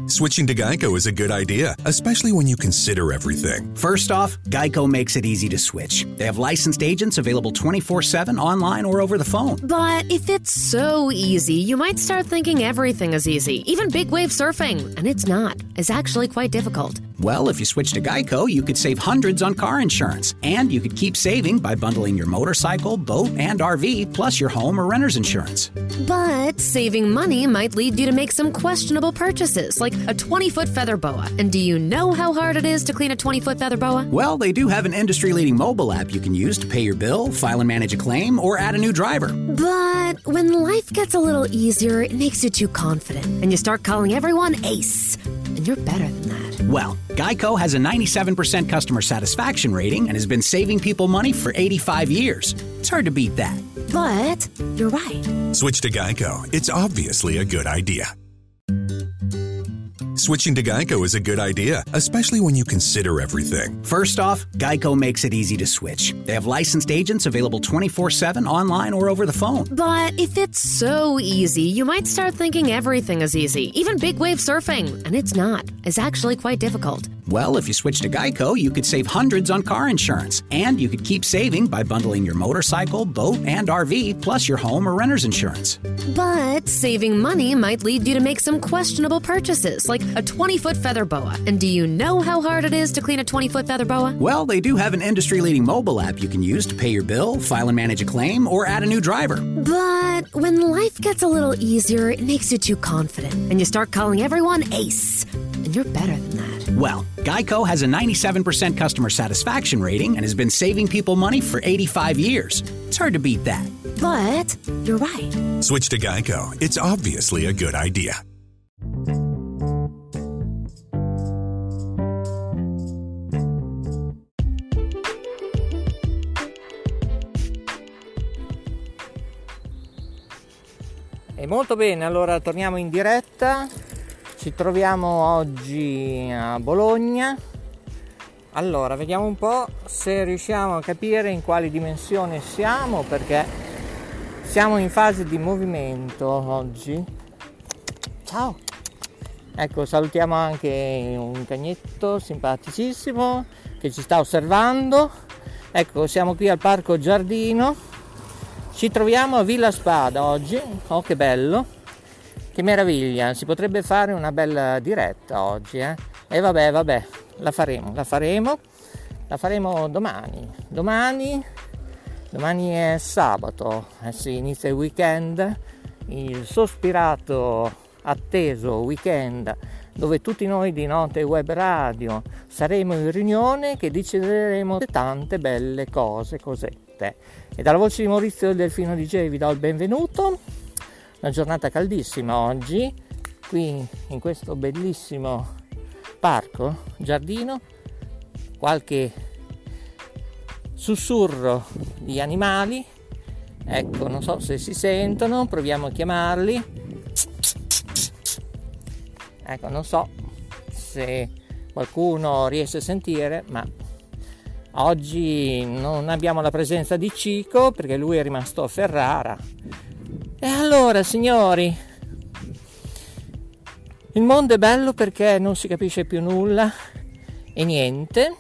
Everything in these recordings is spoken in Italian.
Switching to Geico is a good idea, especially when you consider everything. First off, Geico makes it easy to switch. They have licensed agents available 24/7 online or over the phone. But if it's so easy, you might start thinking everything is easy, even big wave surfing. And it's not. It's actually quite difficult. Well, if you switch to Geico, you could save hundreds on car insurance. And you could keep saving by bundling your motorcycle, boat, and RV, plus your home or renter's insurance. But saving money might lead you to make some questionable purchases, like a 20-foot feather boa. And do you know how hard it is to clean a 20-foot feather boa? Well, they do have an industry-leading mobile app you can use to pay your bill, file and manage a claim, or add a new driver. But when life gets a little easier, it makes you too confident. And you start calling everyone Ace. And you're better than that. Well, Geico has a 97% customer satisfaction rating and has been saving people money for 85 years. It's hard to beat that. But you're right. Switch to Geico. It's obviously a good idea. Switching to Geico is a good idea, especially when you consider everything. First off, Geico makes it easy to switch. They have licensed agents available 24/7 online or over the phone. But if it's so easy, you might start thinking everything is easy, even big wave surfing. And it's not. It's actually quite difficult. Well, if you switch to Geico, you could save hundreds on car insurance. And you could keep saving by bundling your motorcycle, boat, and RV, plus your home or renter's insurance. But saving money might lead you to make some questionable purchases, like a 20-foot feather boa. And do you know how hard it is to clean a 20-foot feather boa? Well, they do have an industry-leading mobile app you can use to pay your bill, file and manage a claim, or add a new driver. But when life gets a little easier, it makes you too confident. And you start calling everyone Ace. And you're better than that. Well, Geico has a 97% customer satisfaction rating and has been saving people money for 85 years. It's hard to beat that. But you're right. Switch to Geico. It's obviously a good idea. E molto bene, allora torniamo in diretta. Ci troviamo oggi a Bologna. Allora, vediamo un po' se riusciamo a capire in quali dimensioni siamo, perché siamo in fase di movimento oggi. Ciao! Ecco, salutiamo anche un cagnetto simpaticissimo che ci sta osservando. Ecco, siamo qui al Parco Giardino. Ci troviamo a Villa Spada oggi. Oh, che bello! Che meraviglia, si potrebbe fare una bella diretta oggi, E vabbè, la faremo domani è sabato, sì, inizia il weekend, il sospirato, atteso weekend, dove tutti noi di Notte Web Radio saremo in riunione che decideremo tante belle cosette. E dalla voce di Maurizio Delfino DJ vi do il benvenuto. Una giornata caldissima oggi, qui in questo bellissimo parco, giardino, qualche sussurro di animali, ecco, non so se si sentono, proviamo a chiamarli, ecco, non so se qualcuno riesce a sentire, ma oggi non abbiamo la presenza di Cico perché lui è rimasto a Ferrara. E allora, signori, il mondo è bello perché non si capisce più nulla e niente.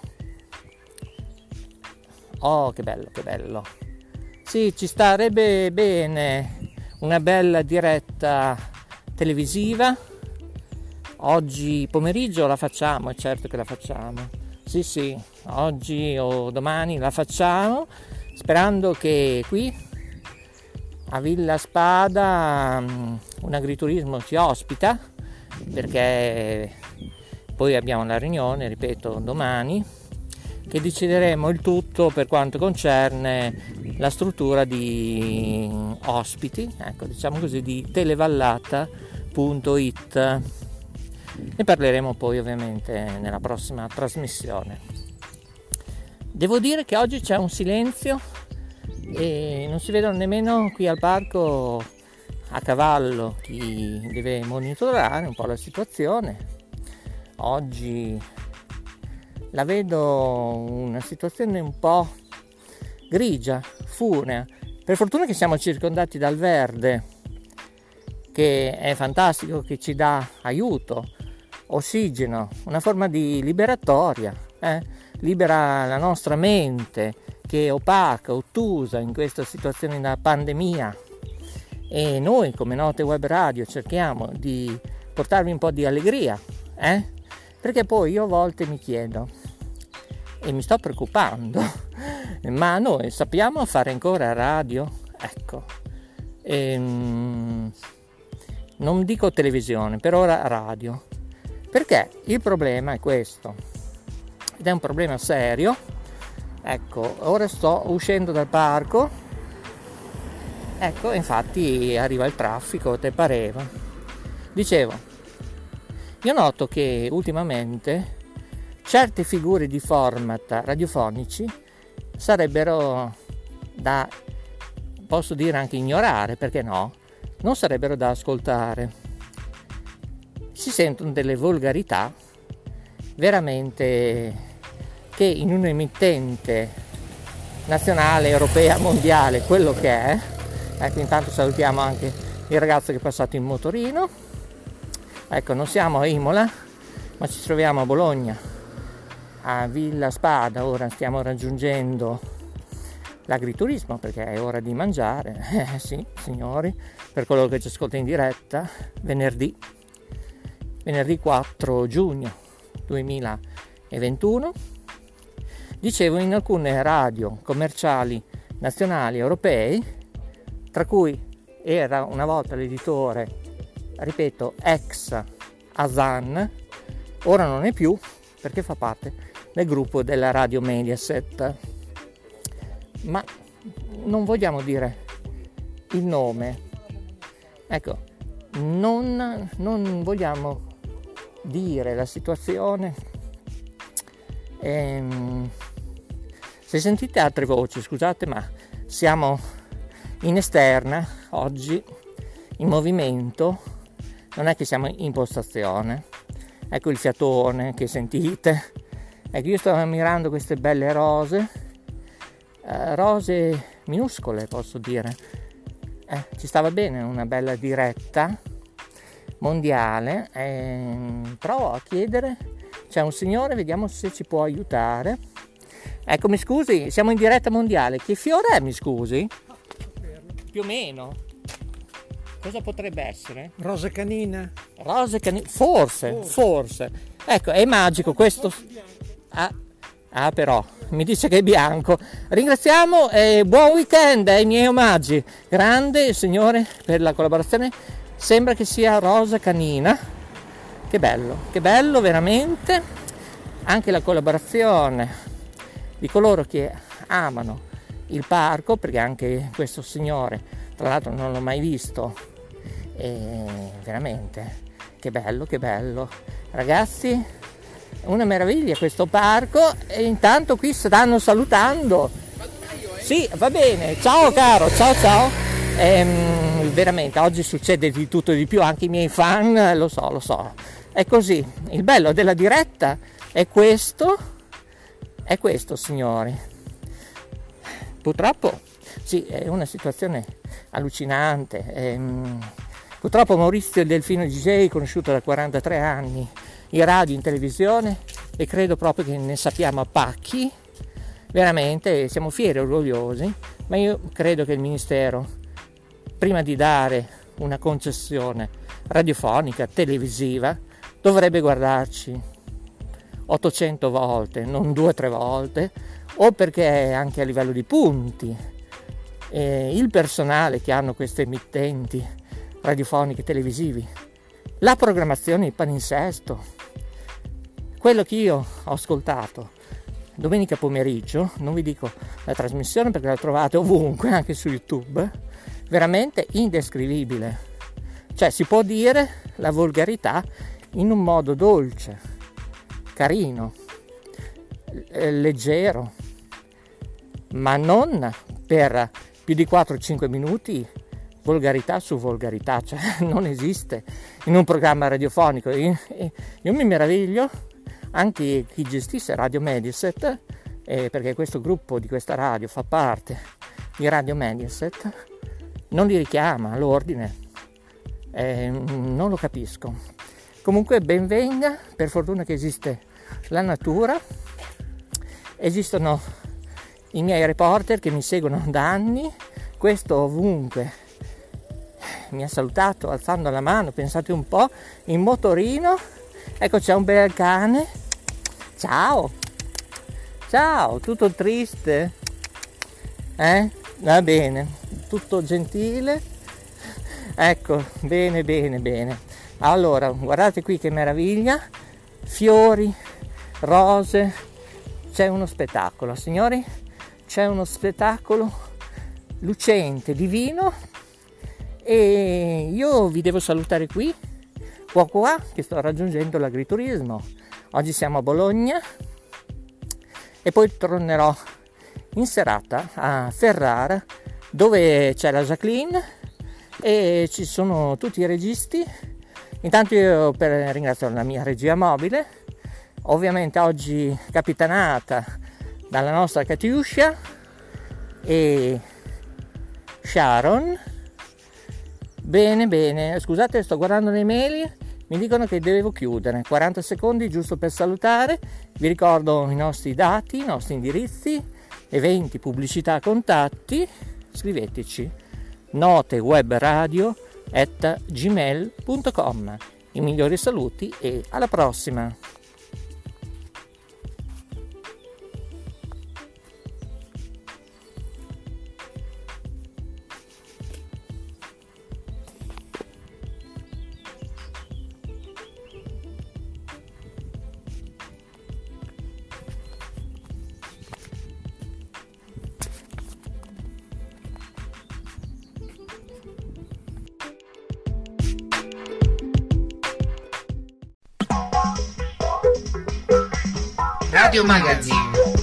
Oh, che bello. Sì, ci starebbe bene una bella diretta televisiva. Oggi pomeriggio la facciamo, è certo che la facciamo. Sì, oggi o domani la facciamo, sperando che qui a Villa Spada un agriturismo ci ospita, perché poi abbiamo la riunione, ripeto, domani, che decideremo il tutto per quanto concerne la struttura di ospiti, ecco, diciamo così, di televallata.it. Ne parleremo poi ovviamente nella prossima trasmissione. Devo dire che oggi c'è un silenzio e non si vedono nemmeno qui al parco a cavallo chi deve monitorare un po' la situazione. Oggi la vedo una situazione un po' grigia, funea. Per fortuna che siamo circondati dal verde, che è fantastico, che ci dà aiuto, ossigeno, una forma di liberatoria, libera la nostra mente che è opaca, ottusa in questa situazione da pandemia, e noi come Note Web Radio cerchiamo di portarvi un po' di allegria, perché poi io a volte mi chiedo e mi sto preoccupando, ma noi sappiamo fare ancora radio? Ecco, non dico televisione, per ora radio, perché il problema è questo, ed è un problema serio. Ecco, ora sto uscendo dal parco, ecco, infatti arriva il traffico, te pareva. Dicevo, io noto che ultimamente certe figure di format radiofonici sarebbero da, posso dire anche ignorare, perché no? Non sarebbero da ascoltare. Si sentono delle volgarità veramente che in un emittente nazionale, europea, mondiale, quello che è. Ecco, intanto salutiamo anche il ragazzo che è passato in motorino. Ecco, non siamo a Imola, ma ci troviamo a Bologna, a Villa Spada. Ora stiamo raggiungendo l'agriturismo perché è ora di mangiare. Sì, signori, per quello che ci ascolta in diretta, venerdì 4 giugno 2021. Dicevo, in alcune radio commerciali nazionali europei, tra cui era una volta l'editore, ripeto, ex Asan, ora non è più perché fa parte del gruppo della radio Mediaset, ma non vogliamo dire il nome, ecco, non vogliamo dire la situazione. Se sentite altre voci, scusate, ma siamo in esterna oggi, in movimento, non è che siamo in postazione. Ecco il fiatone che sentite. Ecco, io sto ammirando queste belle rose minuscole, posso dire. Ci stava bene una bella diretta mondiale. Provo a chiedere, c'è un signore, vediamo se ci può aiutare. Ecco, mi scusi, siamo in diretta mondiale, che fiore è, mi scusi? Più o meno. Cosa potrebbe essere? Rosa canina. Forse. Ecco, è magico questo. Però mi dice che è bianco. Ringraziamo e buon weekend ai miei omaggi. Grande signore per la collaborazione. Sembra che sia rosa canina. Che bello veramente. Anche la collaborazione di coloro che amano il parco, perché anche questo signore, tra l'altro non l'ho mai visto, e veramente che bello ragazzi, una meraviglia questo parco. E intanto qui stanno salutando. Sì, va bene, ciao caro, ciao. Veramente oggi succede di tutto e di più, anche i miei fan, lo so, è così. Il bello della diretta è questo signori. Purtroppo sì, è una situazione allucinante. Purtroppo Maurizio Delfino DJ, conosciuto da 43 anni in radio, in televisione, e credo proprio che ne sappiamo a pacchi, veramente siamo fieri e orgogliosi, ma io credo che il Ministero, prima di dare una concessione radiofonica, televisiva, dovrebbe guardarci 800 volte, non 2-3 volte, o perché anche a livello di punti il personale che hanno queste emittenti radiofoniche televisivi, la programmazione di palinsesto, quello che io ho ascoltato domenica pomeriggio, non vi dico la trasmissione perché la trovate ovunque, anche su YouTube, veramente indescrivibile. Cioè si può dire la volgarità in un modo dolce, carino, leggero, ma non per più di 4-5 minuti volgarità su volgarità, cioè non esiste in un programma radiofonico. Io mi meraviglio anche chi gestisce Radio Mediaset, perché questo gruppo di questa radio fa parte di Radio Mediaset, non li richiama all'ordine, non lo capisco. Comunque ben venga, per fortuna che esiste la natura, esistono i miei reporter che mi seguono da anni, questo ovunque mi ha salutato alzando la mano, pensate un po', in motorino, ecco c'è un bel cane, ciao, tutto triste, va bene, tutto gentile, ecco, bene, allora guardate qui che meraviglia, fiori, rose, c'è uno spettacolo, signori, c'è uno spettacolo lucente, divino, e io vi devo salutare qui, qua che sto raggiungendo l'agriturismo. Oggi siamo a Bologna e poi tornerò in serata a Ferrara, dove c'è la Jacqueline e ci sono tutti i registi. Intanto io ringrazio la mia regia mobile, ovviamente oggi capitanata dalla nostra Katiuscia e Sharon. Bene, scusate, sto guardando le mail, mi dicono che devo chiudere, 40 secondi giusto per salutare. Vi ricordo i nostri dati, i nostri indirizzi, eventi, pubblicità, contatti, scriveteci notewebradio@gmail.com. I migliori saluti e alla prossima. Radio Magazine.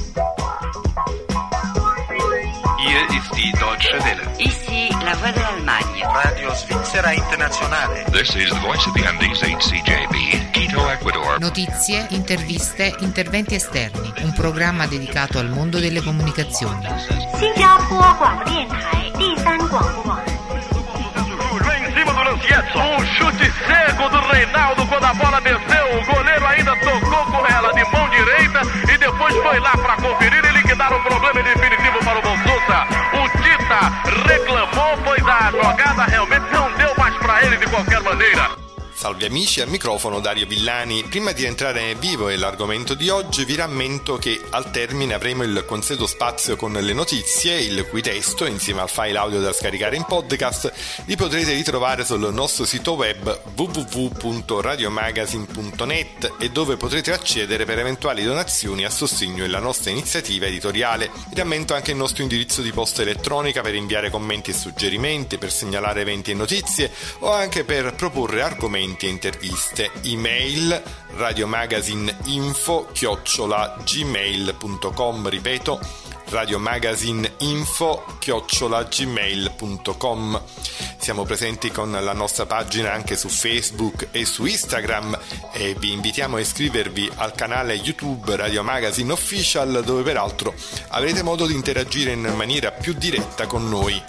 Hier ist die Deutsche Welle. Ici la voix de l'Allemagne. Radio Svizzera Internazionale. This is the voice of the Andes, HCJB, Quito, Ecuador. Notizie, interviste, interventi esterni. Un programma dedicato al mondo delle comunicazioni. 新加坡广播电台第三广播网。 Em cima do Lancietto, um chute cego do Reinaldo quando a bola desceu, o goleiro ainda tocou com ela de mão direita e depois foi lá para conferir e liquidar o problema definitivo para o Bolsonaro. O Tita reclamou, pois a jogada realmente não deu mais para ele de qualquer maneira. Salve amici, al microfono Dario Villani. Prima di entrare nel vivo e l'argomento di oggi vi rammento che al termine avremo il consueto spazio con le notizie, il cui testo, insieme al file audio da scaricare in podcast, li potrete ritrovare sul nostro sito web www.radiomagazine.net e dove potrete accedere per eventuali donazioni a sostegno della nostra iniziativa editoriale. Vi rammento anche il nostro indirizzo di posta elettronica per inviare commenti e suggerimenti, per segnalare eventi e notizie o anche per proporre argomenti e interviste. Email radiomagazineinfo@gmail.com, ripeto radiomagazineinfo@gmail.com. Siamo presenti con la nostra pagina anche su Facebook e su Instagram e vi invitiamo a iscrivervi al canale YouTube Radio Magazine Official, dove peraltro avrete modo di interagire in maniera più diretta con noi.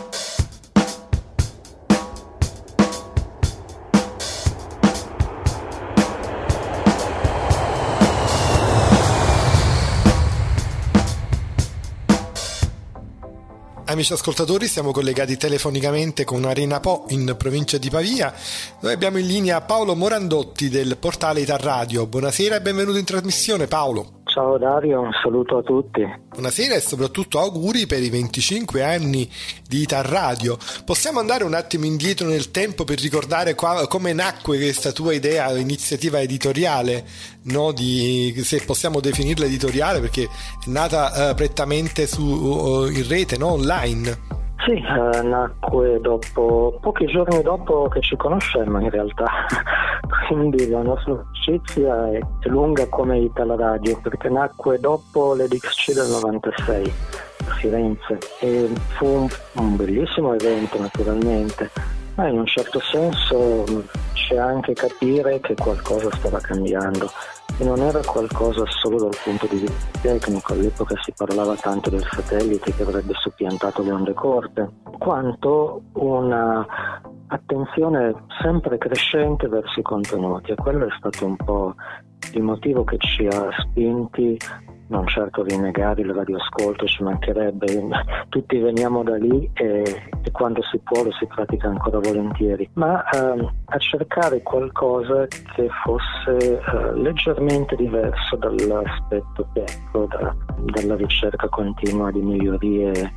Amici ascoltatori, siamo collegati telefonicamente con Arena Po in provincia di Pavia. Noi abbiamo in linea Paolo Morandotti del portale Itar Radio. Buonasera e benvenuto in trasmissione, Paolo. Ciao Dario, un saluto a tutti. Buonasera e soprattutto auguri per i 25 anni di Itar Radio. Possiamo andare un attimo indietro nel tempo per ricordare come nacque questa tua idea, iniziativa editoriale, no? Se possiamo definirla editoriale, perché è nata prettamente in rete, no? Online. Sì, nacque pochi giorni dopo che ci conoscemmo in realtà, quindi la nostra amicizia è lunga come Ital Radio, perché nacque dopo l'EDXC del 96 a Firenze e fu un bellissimo evento naturalmente, ma in un certo senso c'è anche capire che qualcosa stava cambiando. e non era qualcosa solo dal punto di vista tecnico. All'epoca si parlava tanto del satellite che avrebbe soppiantato le onde corte, quanto una attenzione sempre crescente verso i contenuti, e quello è stato un po' il motivo che ci ha spinti, non certo rinnegare il radioascolto, ci mancherebbe, tutti veniamo da lì e quando si può lo si pratica ancora volentieri, ma a cercare qualcosa che fosse leggermente diverso dall'aspetto tecnico, dalla ricerca continua di migliorie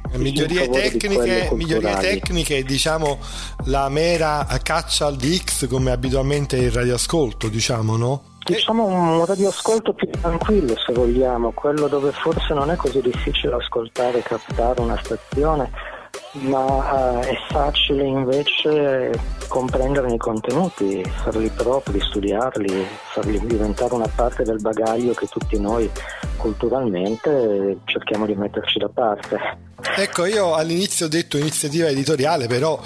tecniche, diciamo la mera caccia di X come abitualmente il radioascolto, diciamo, no? Diciamo un radioascolto più tranquillo, se vogliamo, quello dove forse non è così difficile ascoltare e captare una stazione, ma è facile invece comprenderne i contenuti, farli propri, studiarli, farli diventare una parte del bagaglio che tutti noi culturalmente cerchiamo di metterci da parte. Ecco, io all'inizio ho detto iniziativa editoriale, però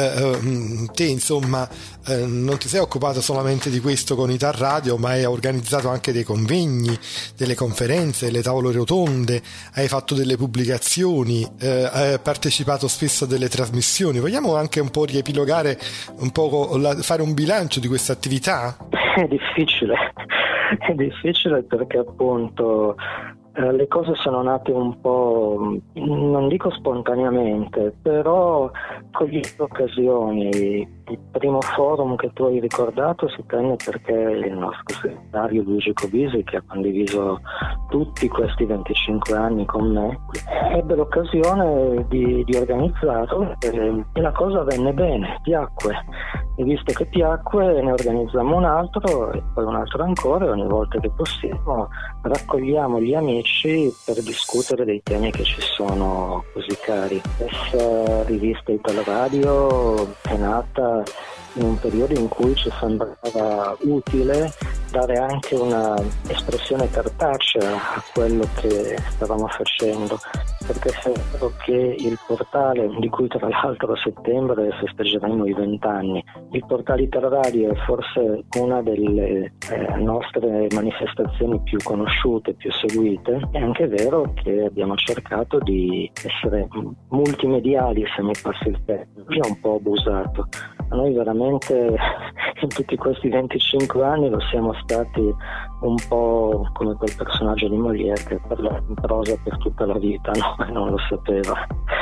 te insomma non ti sei occupato solamente di questo con Ital Radio, ma hai organizzato anche dei convegni, delle conferenze, delle tavole rotonde, hai fatto delle pubblicazioni, hai partecipato spesso a delle trasmissioni. Vogliamo anche un po' riepilogare, un po' fare un bilancio di questa attività? È difficile perché appunto le cose sono nate un po', non dico spontaneamente, però cogliendo occasioni. Il primo forum che tu hai ricordato si tenne perché il nostro segretario Luigi Cobisi, che ha condiviso tutti questi 25 anni con me, ebbe l'occasione di organizzarlo e la cosa venne bene, piacque. E visto che piacque ne organizziamo un altro e poi un altro ancora, e ogni volta che possiamo raccogliamo gli amici per discutere dei temi che ci sono così cari. Questa rivista Ital Radio è nata in un periodo in cui ci sembrava utile dare anche una espressione cartacea a quello che stavamo facendo, perché sembra che il portale, di cui tra l'altro a settembre festeggeremo i 20 anni, il portale Ital Radio è forse una delle nostre manifestazioni più conosciute, più seguite. È anche vero che abbiamo cercato di essere multimediali, se mi passi il termine, già un po' abusato. A noi veramente in tutti questi 25 anni lo siamo stati un po' come quel personaggio di Molière che parla in prosa per tutta la vita, no? E non lo sapeva.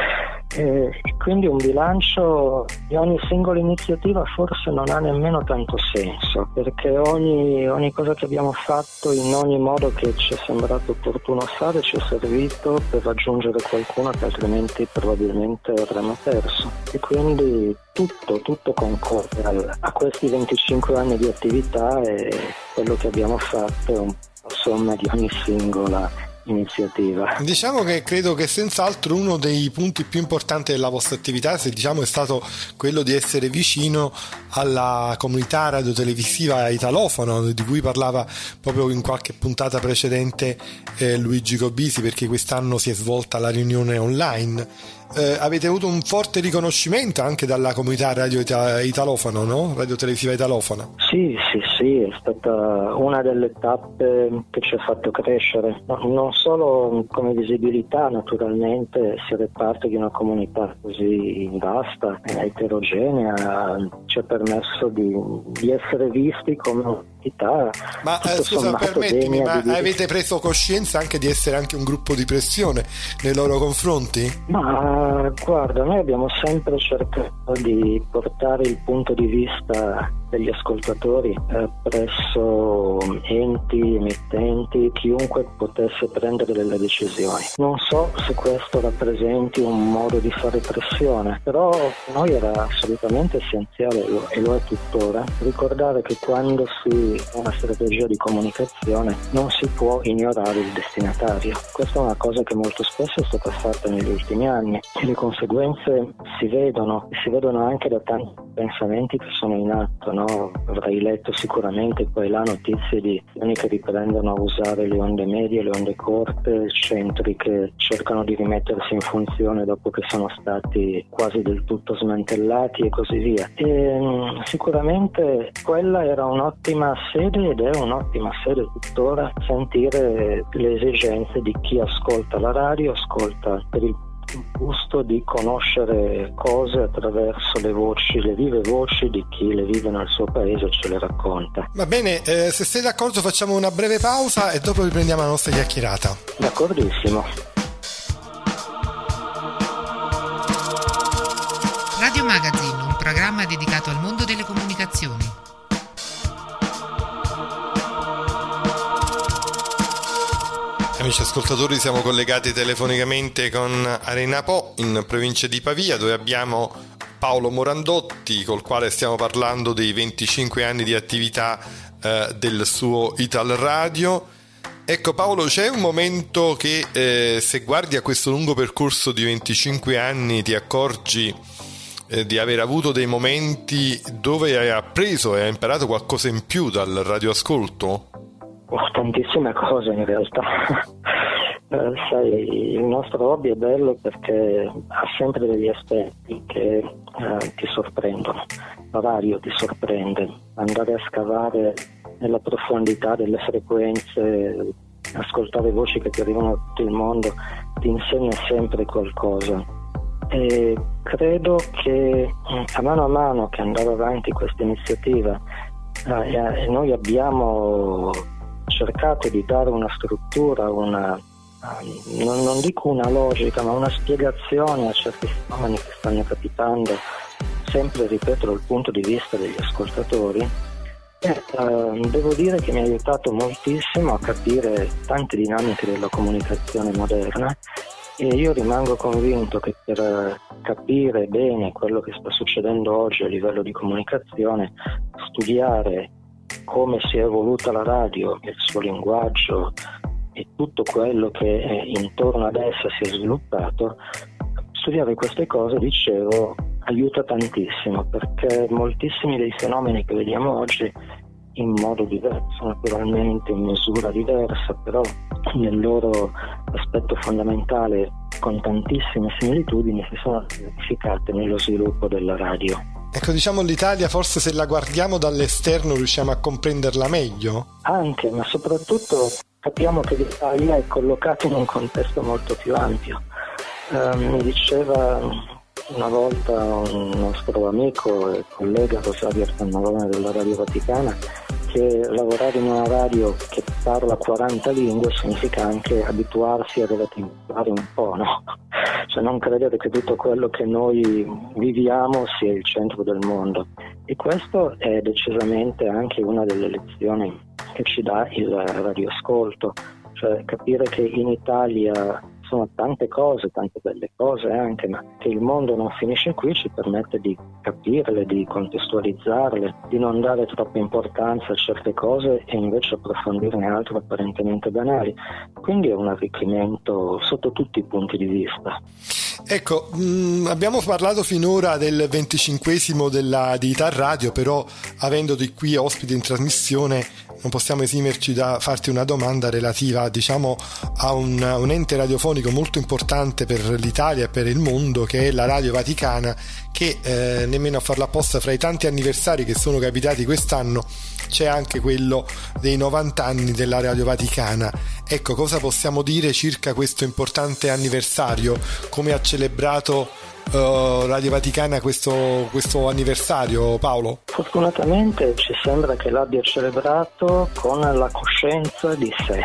E quindi un bilancio di ogni singola iniziativa forse non ha nemmeno tanto senso, perché ogni cosa che abbiamo fatto in ogni modo che ci è sembrato opportuno fare ci è servito per raggiungere qualcuno che altrimenti probabilmente avremmo perso, e quindi tutto concorre a questi 25 anni di attività, e quello che abbiamo fatto è un po' somma di ogni singola iniziativa. Diciamo che credo che senz'altro uno dei punti più importanti della vostra attività è stato quello di essere vicino alla comunità radiotelevisiva italofona, di cui parlava proprio in qualche puntata precedente Luigi Cobisi, perché quest'anno si è svolta la riunione online. Avete avuto un forte riconoscimento anche dalla comunità radio italofona, no? Radiotelevisiva italofona. Sì, è stata una delle tappe che ci ha fatto crescere, non solo come visibilità, naturalmente essere parte di una comunità così vasta e eterogenea ci ha permesso di essere visti come un'entità. Ma scusa, permettimi, ma avete preso coscienza anche di essere anche un gruppo di pressione nei loro confronti? Ma guarda, noi abbiamo sempre cercato di portare il punto di vista degli ascoltatori presso enti, emittenti, chiunque potesse prendere delle decisioni. Non so se questo rappresenti un modo di fare pressione, però per noi era assolutamente essenziale, e lo è tuttora, ricordare che quando si ha una strategia di comunicazione non si può ignorare il destinatario. Questa è una cosa che molto spesso è stata fatta negli ultimi anni, e le conseguenze si vedono anche da tanti pensamenti che sono in atto no? Avrai letto sicuramente qua e là notizie di treni che riprendono a usare le onde medie, le onde corte, centri che cercano di rimettersi in funzione dopo che sono stati quasi del tutto smantellati e così via. E sicuramente quella era un'ottima sede ed è un'ottima sede tuttora sentire le esigenze di chi ascolta la radio, ascolta per il gusto di conoscere cose attraverso le voci, le vive voci di chi le vive nel suo paese e ce le racconta. Va bene, se sei d'accordo facciamo una breve pausa e dopo riprendiamo la nostra chiacchierata. D'accordissimo. Radio Magazine, un programma dedicato al mondo delle comunicazioni. Amici ascoltatori, siamo collegati telefonicamente con Arena Po in provincia di Pavia, dove abbiamo Paolo Morandotti, col quale stiamo parlando dei 25 anni di attività del suo Ital Radio. Ecco Paolo, c'è un momento che se guardi a questo lungo percorso di 25 anni ti accorgi di aver avuto dei momenti dove hai appreso e hai imparato qualcosa in più dal radioascolto? Tantissime cose in realtà. Sai, il nostro hobby è bello perché ha sempre degli aspetti che ti sorprendono. La radio ti sorprende, andare a scavare nella profondità delle frequenze, ascoltare voci che ti arrivano da tutto il mondo, ti insegna sempre qualcosa. E credo che a mano che andava avanti questa iniziativa noi abbiamo cercato di dare una struttura, non dico una logica, ma una spiegazione a certi fenomeni che stanno capitando, sempre, ripeto, dal punto di vista degli ascoltatori. Devo dire che mi ha aiutato moltissimo a capire tante dinamiche della comunicazione moderna, e io rimango convinto che per capire bene quello che sta succedendo oggi a livello di comunicazione, studiare come si è evoluta la radio, il suo linguaggio e tutto quello che intorno ad essa si è sviluppato, studiare queste cose, dicevo, aiuta tantissimo, perché moltissimi dei fenomeni che vediamo oggi, in modo diverso naturalmente, in misura diversa, però nel loro aspetto fondamentale con tantissime similitudini, si sono verificate nello sviluppo della radio. Ecco, diciamo l'Italia forse se la guardiamo dall'esterno riusciamo a comprenderla meglio? Anche, ma soprattutto capiamo che l'Italia è collocata in un contesto molto più ampio. Mi diceva una volta un nostro amico e collega Rosario Artannavolone della Radio Vaticana che lavorare in una radio che parla 40 lingue significa anche abituarsi a relativizzare un po', no? Cioè non credere che tutto quello che noi viviamo sia il centro del mondo, e questo è decisamente anche una delle lezioni che ci dà il radioascolto, cioè capire che in Italia sono tante cose, tante belle cose anche, ma che il mondo non finisce qui ci permette di capirle, di contestualizzarle, di non dare troppa importanza a certe cose e invece approfondirne altre apparentemente banali. Quindi è un arricchimento sotto tutti i punti di vista. Ecco, abbiamo parlato finora del 25esimo di Ital Radio, però avendoti qui ospite in trasmissione non possiamo esimerci da farti una domanda relativa, diciamo, a un ente radiofonico molto importante per l'Italia e per il mondo, che è la Radio Vaticana, che nemmeno a farla apposta, fra i tanti anniversari che sono capitati quest'anno c'è anche quello dei 90 anni della Radio Vaticana. Ecco, cosa possiamo dire circa questo importante anniversario? Come ha celebrato Radio Vaticana questo anniversario, Paolo? Fortunatamente ci sembra che l'abbia celebrato con la coscienza di sé,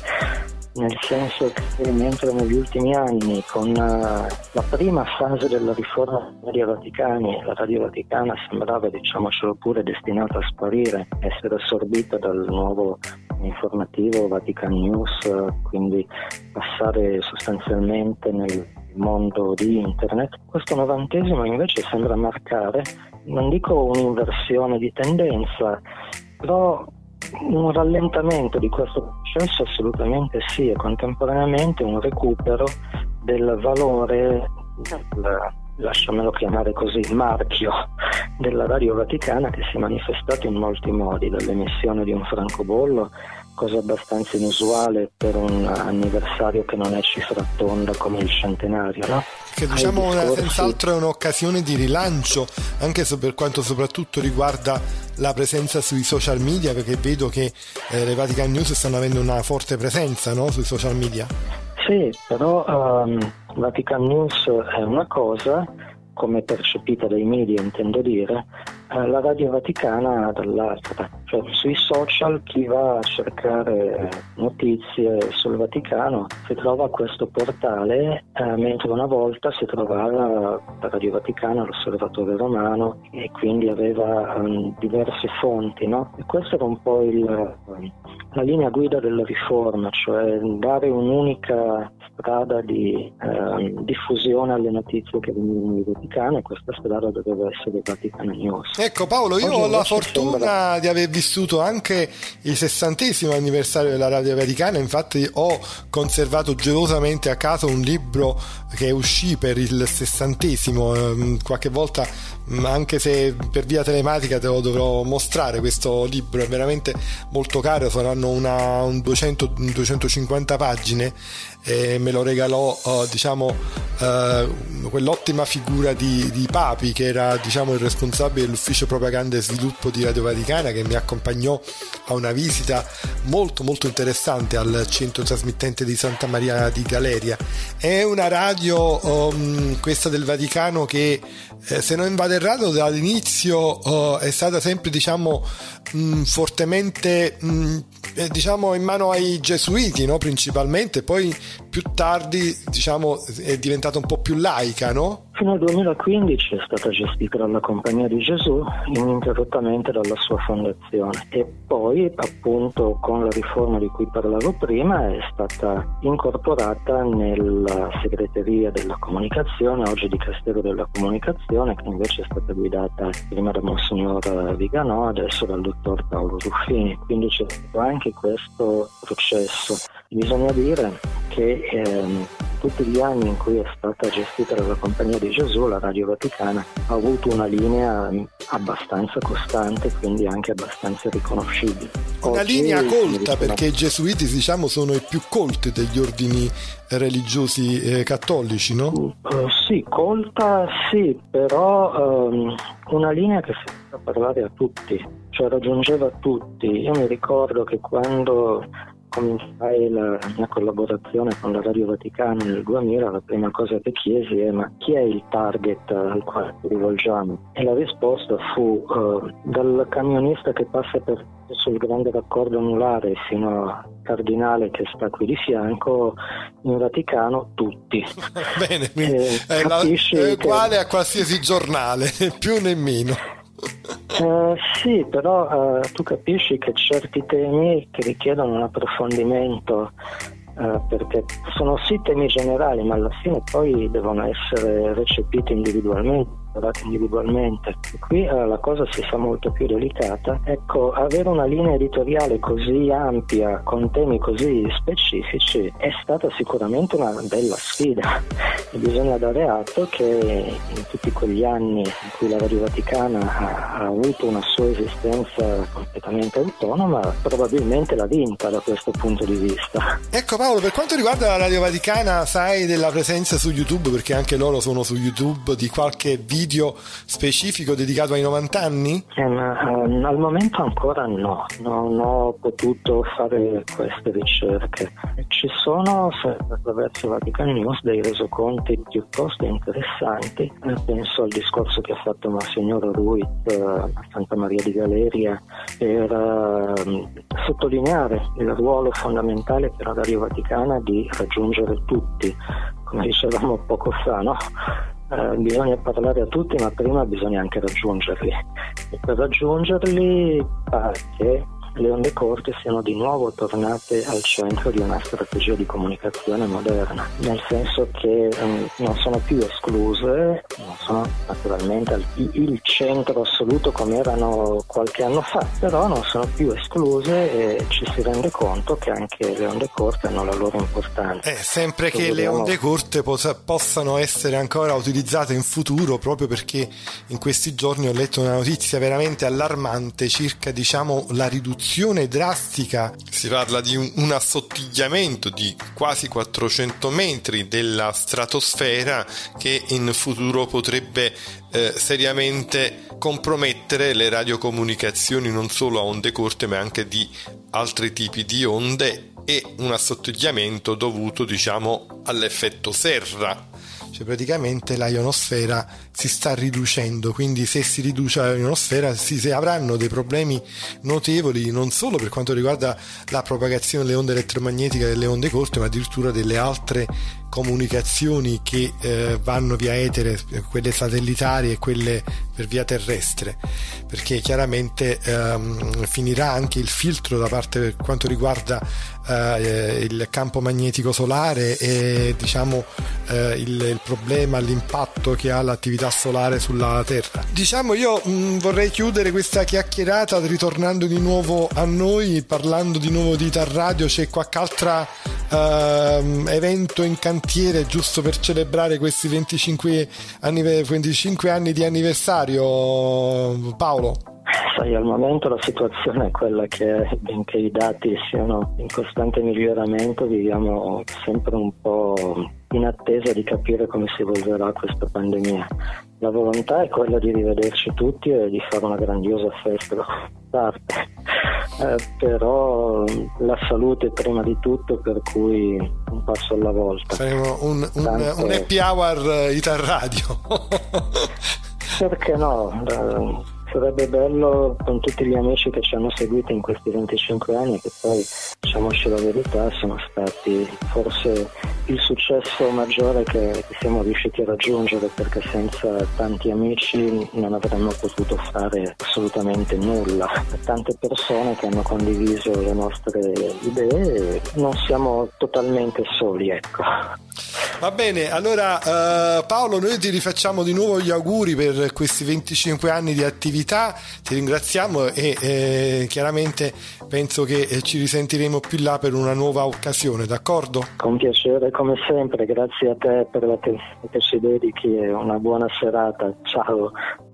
nel senso che mentre negli ultimi anni, con la prima fase della riforma della Radio Vaticana sembrava, diciamocelo pure, destinata a sparire, essere assorbita dal nuovo informativo Vatican News, quindi passare sostanzialmente nel mondo di internet, questo 90esimo invece sembra marcare, non dico un'inversione di tendenza, però un rallentamento di questo processo assolutamente sì, e contemporaneamente un recupero del valore lasciamelo chiamare così, il marchio della Radio Vaticana, che si è manifestato in molti modi, dall'emissione di un francobollo, cosa abbastanza inusuale per un anniversario che non è cifra tonda come il centenario, no? Che diciamo senz'altro è un'occasione di rilancio, anche per quanto soprattutto riguarda la presenza sui social media, perché vedo che le Vatican News stanno avendo una forte presenza, no? Sui social media. Sì, però Vatican News è una cosa, come percepita dai media intendo dire, la Radio Vaticana dall'altra. Cioè, sui social chi va a cercare notizie sul Vaticano si trova questo portale, mentre una volta si trovava la Radio Vaticana, l'Osservatore Romano, e quindi aveva diverse fonti, no? E questa era un po' la linea guida della riforma, cioè dare un'unica strada di diffusione alle notizie che venivano dal Vaticano, e questa strada doveva essere Vatican News. Ecco Paolo, io ho la fortuna di aver vissuto anche il 60° anniversario della Radio Vaticana, infatti ho conservato gelosamente a casa un libro che uscì per il 60°, qualche volta anche se per via telematica te lo dovrò mostrare. Questo libro è veramente molto caro, saranno 250 pagine, e me lo regalò quell'ottima figura di Papi, che era il responsabile dell'ufficio propaganda e sviluppo di Radio Vaticana, che mi accompagnò a una visita molto molto interessante al centro trasmittente di Santa Maria di Galeria. È una radio questa del Vaticano che, se non vado errato, dall'inizio è stata sempre fortemente in mano ai gesuiti, no? Principalmente, poi più tardi è diventata un po' più laica, no? Fino al 2015 è stata gestita dalla Compagnia di Gesù ininterrottamente dalla sua fondazione, e poi appunto con la riforma di cui parlavo prima è stata incorporata nella segreteria della comunicazione, oggi Dicastero della Comunicazione, che invece è stata guidata prima da Monsignor Viganò, adesso dal dottor Paolo Ruffini. Quindi c'è stato anche questo processo. Bisogna dire che tutti gli anni in cui è stata gestita dalla Compagnia di Gesù, la Radio Vaticana ha avuto una linea abbastanza costante, quindi anche abbastanza riconoscibile. Una linea colta, perché i gesuiti sono i più colti degli ordini religiosi cattolici, no? Sì, colta sì, però una linea che faceva parlare a tutti, cioè raggiungeva tutti. Io mi ricordo che quando cominciai la mia collaborazione con la Radio Vaticana nel 2000, la prima cosa che chiesi è: ma chi è il target al quale ci rivolgiamo? E la risposta fu dal camionista che passa sul grande raccordo anulare fino al cardinale che sta qui di fianco, in Vaticano tutti. Bene, è uguale a qualsiasi giornale, più nemmeno. Sì, però tu capisci che certi temi che richiedono un approfondimento, perché sono sì temi generali, ma alla fine poi devono essere recepiti individualmente. E qui la cosa si fa molto più delicata. Ecco, avere una linea editoriale così ampia con temi così specifici è stata sicuramente una bella sfida, e bisogna dare atto che in tutti quegli anni in cui la Radio Vaticana ha avuto una sua esistenza completamente autonoma, probabilmente l'ha vinta da questo punto di vista. Ecco Paolo, per quanto riguarda la Radio Vaticana, sai della presenza su YouTube, perché anche loro sono su YouTube, di qualche video specifico dedicato ai 90 anni? Al momento ancora no, non ho potuto fare queste ricerche. Ci sono attraverso Vatican News dei resoconti piuttosto interessanti. Penso al discorso che ha fatto Monsignor Ruiz a Santa Maria di Galeria per sottolineare il ruolo fondamentale per la Radio Vaticana di raggiungere tutti, come dicevamo poco fa, no? Bisogna parlare a tutti, ma prima bisogna anche raggiungerli, e per raggiungerli parte le onde corte siano di nuovo tornate al centro di una strategia di comunicazione moderna, nel senso che non sono più escluse, non sono naturalmente il centro assoluto come erano qualche anno fa, però non sono più escluse e ci si rende conto che anche le onde corte hanno la loro importanza. Sempre che le onde corte possano essere ancora utilizzate in futuro, proprio perché in questi giorni ho letto una notizia veramente allarmante circa, diciamo, la riduzione drastica. Si parla di un assottigliamento di quasi 400 metri della stratosfera che in futuro potrebbe seriamente compromettere le radiocomunicazioni non solo a onde corte ma anche di altri tipi di onde, e un assottigliamento dovuto, diciamo, all'effetto serra. Cioè praticamente la ionosfera si sta riducendo, quindi se si riduce la ionosfera si avranno dei problemi notevoli, non solo per quanto riguarda la propagazione delle onde elettromagnetiche delle onde corte, ma addirittura delle altre comunicazioni che vanno via etere, quelle satellitari e quelle per via terrestre, perché chiaramente finirà anche il filtro da parte per quanto riguarda il campo magnetico solare e, diciamo, il problema, l'impatto che ha l'attività solare sulla Terra. Diciamo, io vorrei chiudere questa chiacchierata ritornando di nuovo a noi, parlando di nuovo di Ital Radio. C'è qualche altra evento in cantiere giusto per celebrare questi 25 anni di anniversario, Paolo? Sai, al momento la situazione è quella che è, benché i dati siano in costante miglioramento, viviamo sempre un po' in attesa di capire come si evolverà questa pandemia. La volontà è quella di rivederci tutti e di fare una grandiosa festa da parte, però la salute prima di tutto, per cui un passo alla volta. Faremo un happy hour Ital Radio. Perché no? Sarebbe bello con tutti gli amici che ci hanno seguito in questi 25 anni, che poi, diciamoci la verità, sono stati forse il successo maggiore che siamo riusciti a raggiungere, perché senza tanti amici non avremmo potuto fare assolutamente nulla. Tante persone che hanno condiviso le nostre idee, non siamo totalmente soli, ecco. Va bene, allora Paolo, noi ti rifacciamo di nuovo gli auguri per questi 25 anni di attività, ti ringraziamo e chiaramente penso che ci risentiremo più là per una nuova occasione, d'accordo? Con piacere, come sempre, grazie a te per l'attenzione che ci dedichi e una buona serata, ciao.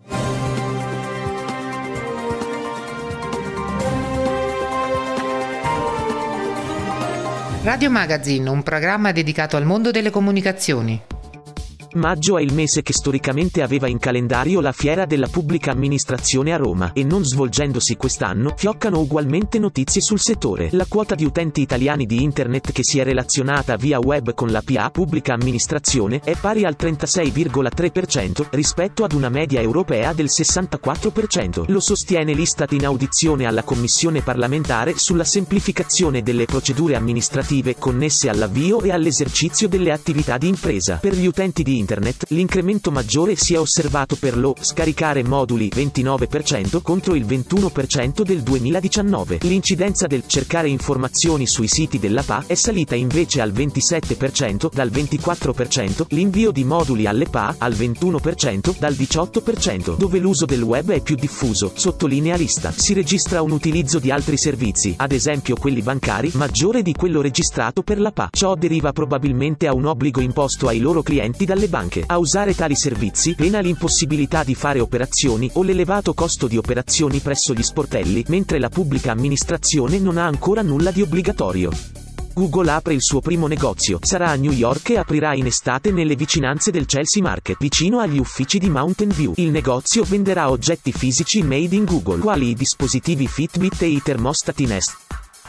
Radio Magazine, un programma dedicato al mondo delle comunicazioni. Maggio è il mese che storicamente aveva in calendario la Fiera della Pubblica Amministrazione a Roma, e non svolgendosi quest'anno, fioccano ugualmente notizie sul settore. La quota di utenti italiani di Internet che si è relazionata via web con la PA Pubblica Amministrazione è pari al 36,3% rispetto ad una media europea del 64%. Lo sostiene l'Istat in audizione alla Commissione parlamentare sulla semplificazione delle procedure amministrative connesse all'avvio e all'esercizio delle attività di impresa. Per gli utenti di Internet, l'incremento maggiore si è osservato per lo scaricare moduli 29% contro il 21% del 2019. L'incidenza del cercare informazioni sui siti della PA è salita invece al 27% dal 24%, l'invio di moduli alle PA al 21% dal 18%, dove l'uso del web è più diffuso, sottolinea l'Istat. Si registra un utilizzo di altri servizi, ad esempio quelli bancari, maggiore di quello registrato per la PA. Ciò deriva probabilmente a un obbligo imposto ai loro clienti dalle banche. A usare tali servizi, pena l'impossibilità di fare operazioni o l'elevato costo di operazioni presso gli sportelli, mentre la pubblica amministrazione non ha ancora nulla di obbligatorio. Google apre il suo primo negozio, sarà a New York e aprirà in estate nelle vicinanze del Chelsea Market, vicino agli uffici di Mountain View. Il negozio venderà oggetti fisici made in Google, quali i dispositivi Fitbit e i termostati Nest.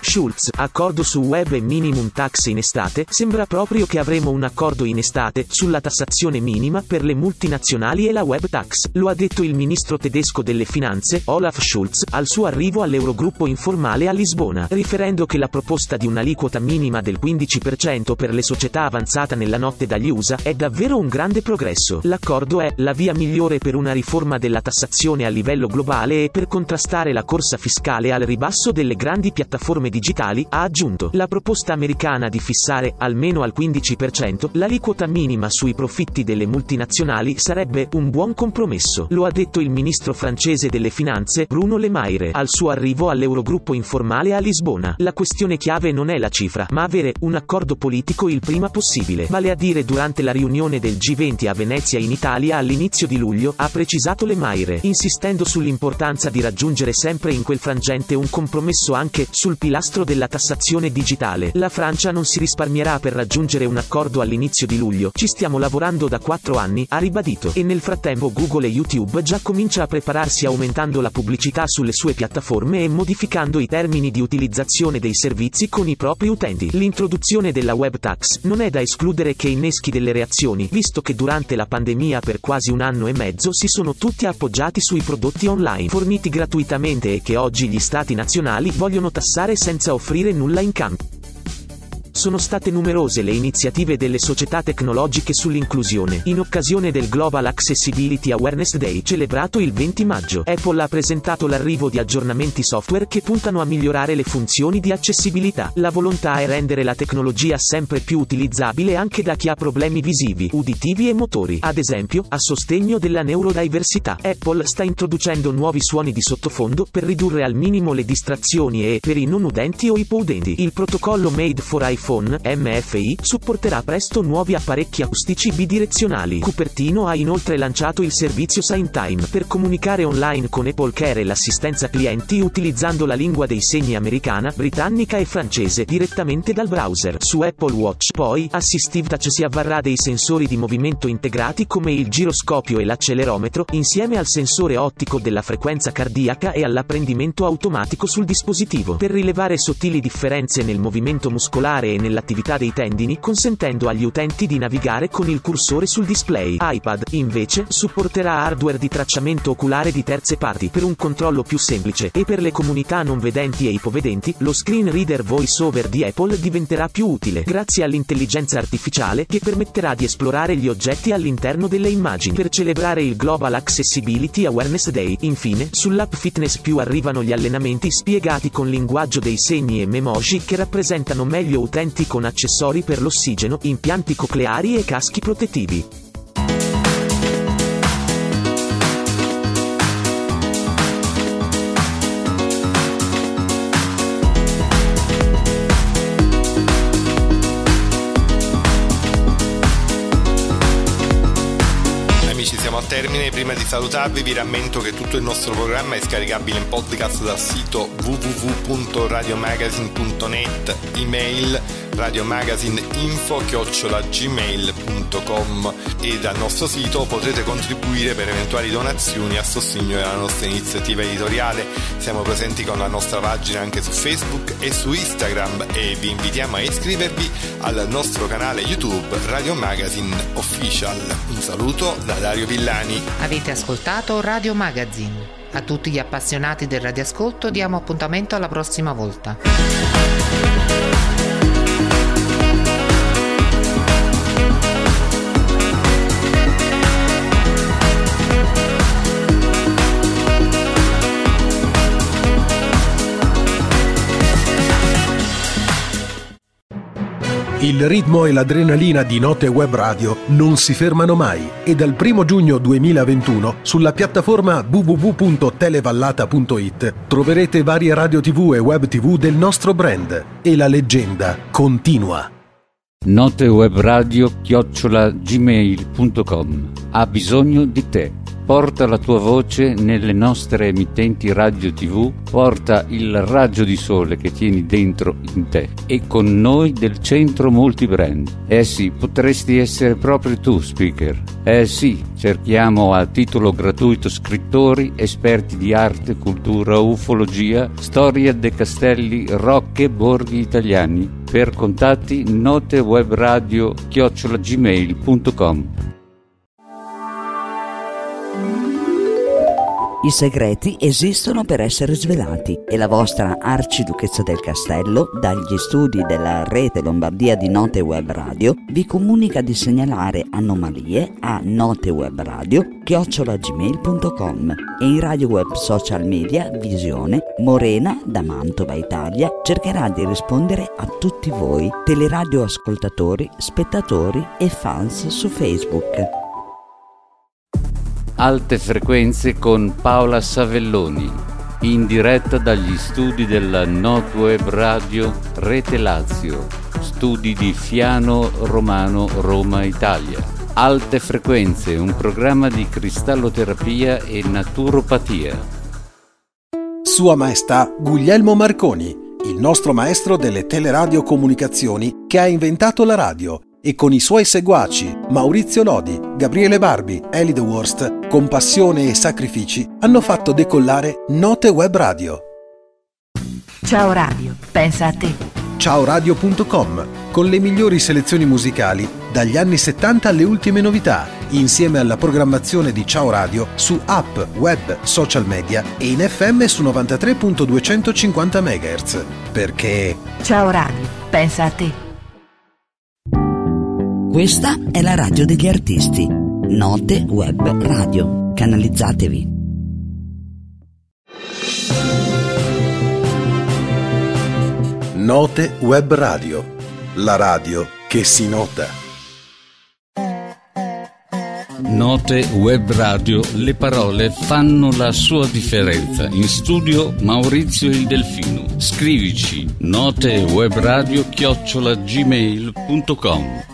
Schulz, accordo su web e minimum tax in estate. Sembra proprio che avremo un accordo in estate sulla tassazione minima per le multinazionali e la web tax. Lo ha detto il ministro tedesco delle finanze, Olaf Scholz, al suo arrivo all'Eurogruppo informale a Lisbona, riferendo che la proposta di un'aliquota minima del 15% per le società avanzata nella notte dagli USA è davvero un grande progresso. L'accordo è la via migliore per una riforma della tassazione a livello globale e per contrastare la corsa fiscale al ribasso delle grandi piattaforme digitali, ha aggiunto. La proposta americana di fissare, almeno al 15%, l'aliquota minima sui profitti delle multinazionali sarebbe un buon compromesso. Lo ha detto il ministro francese delle finanze, Bruno Le Maire, al suo arrivo all'Eurogruppo informale a Lisbona. La questione chiave non è la cifra, ma avere un accordo politico il prima possibile, vale a dire durante la riunione del G20 a Venezia in Italia all'inizio di luglio, ha precisato Le Maire, insistendo sull'importanza di raggiungere sempre in quel frangente un compromesso anche sul pilastro della tassazione digitale. La Francia non si risparmierà per raggiungere un accordo all'inizio di luglio, ci stiamo lavorando da 4 anni, ha ribadito. E nel frattempo Google e YouTube già comincia a prepararsi aumentando la pubblicità sulle sue piattaforme e modificando i termini di utilizzazione dei servizi con i propri utenti. L'introduzione della web tax non è da escludere che inneschi delle reazioni, visto che durante la pandemia per quasi un anno e mezzo si sono tutti appoggiati sui prodotti online forniti gratuitamente e che oggi gli stati nazionali vogliono tassare senza offrire nulla in cambio. Sono state numerose le iniziative delle società tecnologiche sull'inclusione, in occasione del Global Accessibility Awareness Day celebrato il 20 maggio. Apple ha presentato l'arrivo di aggiornamenti software che puntano a migliorare le funzioni di accessibilità. La volontà è rendere la tecnologia sempre più utilizzabile anche da chi ha problemi visivi, uditivi e motori, ad esempio, a sostegno della neurodiversità. Apple sta introducendo nuovi suoni di sottofondo per ridurre al minimo le distrazioni e, per i non udenti o ipoudenti, il protocollo Made for iPhone MFI supporterà presto nuovi apparecchi acustici bidirezionali. Cupertino ha inoltre lanciato il servizio SignTime per comunicare online con Apple Care e l'assistenza clienti utilizzando la lingua dei segni americana, britannica e francese direttamente dal browser. Su Apple Watch, poi, Assistive Touch si avvarrà dei sensori di movimento integrati come il giroscopio e l'accelerometro, insieme al sensore ottico della frequenza cardiaca e all'apprendimento automatico sul dispositivo, per rilevare sottili differenze nel movimento muscolare e nell'attività dei tendini, consentendo agli utenti di navigare con il cursore sul display. iPad, invece, supporterà hardware di tracciamento oculare di terze parti per un controllo più semplice, e per le comunità non vedenti e ipovedenti, lo screen reader voice over di Apple diventerà più utile, grazie all'intelligenza artificiale che permetterà di esplorare gli oggetti all'interno delle immagini. Per celebrare il Global Accessibility Awareness Day, infine, sull'app Fitness Più arrivano gli allenamenti spiegati con linguaggio dei segni e memoji che rappresentano meglio utenti con accessori per l'ossigeno, impianti cocleari e caschi protettivi. Termine, prima di salutarvi vi rammento che tutto il nostro programma è scaricabile in podcast dal sito www.radiomagazine.net, email radiomagazineinfo@gmail.com, e dal nostro sito potrete contribuire per eventuali donazioni a sostegno della nostra iniziativa editoriale. Siamo presenti con la nostra pagina anche su Facebook e su Instagram e vi invitiamo a iscrivervi al nostro canale YouTube Radio Magazine Official. Un saluto da Dario Villani. Avete ascoltato Radio Magazine. A tutti gli appassionati del radioascolto diamo appuntamento alla prossima volta. Il ritmo e l'adrenalina di Note Web Radio non si fermano mai e dal 1 giugno 2021 sulla piattaforma www.televallata.it troverete varie radio TV e web TV del nostro brand e la leggenda continua. Notewebradio@gmail.com ha bisogno di te. Porta la tua voce nelle nostre emittenti radio TV, porta il raggio di sole che tieni dentro in te e con noi del centro multibrand. Sì, potresti essere proprio tu speaker. Sì, cerchiamo a titolo gratuito scrittori, esperti di arte, cultura, ufologia, storia dei castelli, rocche, borghi italiani. Per contatti notewebradio@gmail.com. I segreti esistono per essere svelati e la vostra arciduchessa del castello, dagli studi della rete Lombardia di Note Web Radio, vi comunica di segnalare anomalie a notewebradio@gmail.com e in radio web social media Visione Morena da Mantova Italia cercherà di rispondere a tutti voi, teleradio ascoltatori, spettatori e fans su Facebook. Alte frequenze con Paola Savelloni, in diretta dagli studi della Note Web Radio Rete Lazio, studi di Fiano Romano, Roma, Italia. Alte frequenze, un programma di cristalloterapia e naturopatia. Sua Maestà Guglielmo Marconi, il nostro maestro delle teleradiocomunicazioni che ha inventato la radio, e con i suoi seguaci Maurizio Lodi, Gabriele Barbi, Eli The Worst, con passione e sacrifici hanno fatto decollare Note Web Radio. Ciao Radio, pensa a te. Ciaoradio.com, con le migliori selezioni musicali dagli anni 70 alle ultime novità, insieme alla programmazione di Ciao Radio su app, web, social media e in FM su 93.250 MHz. Perché Ciao Radio, pensa a te. Questa è la radio degli artisti. Note Web Radio. Canalizzatevi. Note Web Radio, la radio che si nota. Note Web Radio, le parole fanno la sua differenza. In studio Maurizio il Delfino. Scrivici notewebradio@gmail.com.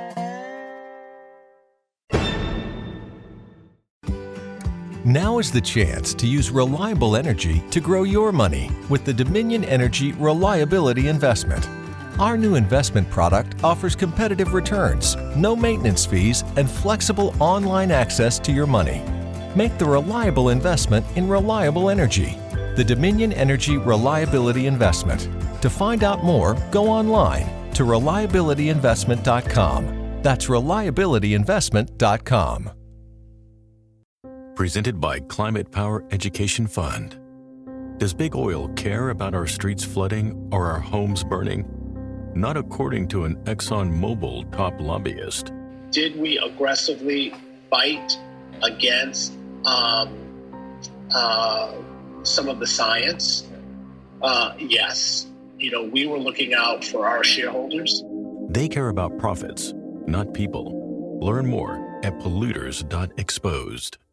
Now is the chance to use reliable energy to grow your money with the Dominion Energy Reliability Investment. Our new investment product offers competitive returns, no maintenance fees, and flexible online access to your money. Make the reliable investment in reliable energy. The Dominion Energy Reliability Investment. To find out more, go online to reliabilityinvestment.com. That's reliabilityinvestment.com. Presented by Climate Power Education Fund. Does big oil care about our streets flooding or our homes burning? Not according to an ExxonMobil top lobbyist. Did we aggressively fight against some of the science? Yes. We were looking out for our shareholders. They care about profits, not people. Learn more at polluters.exposed.